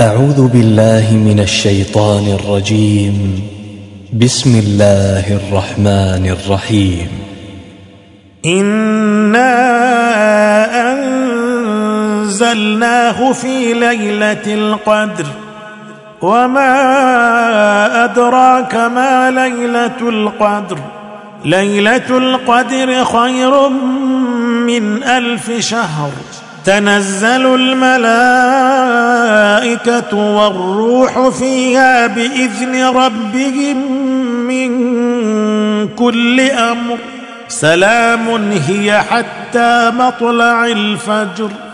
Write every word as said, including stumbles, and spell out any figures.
أعوذ بالله من الشيطان الرجيم. بسم الله الرحمن الرحيم. إنا أنزلناه في ليلة القدر وما أدراك ما ليلة القدر ليلة القدر خير من ألف شهر. تنزل الملائكة والروح فيها بإذن ربهم من كل أمر. سلام هي حتى مطلع الفجر.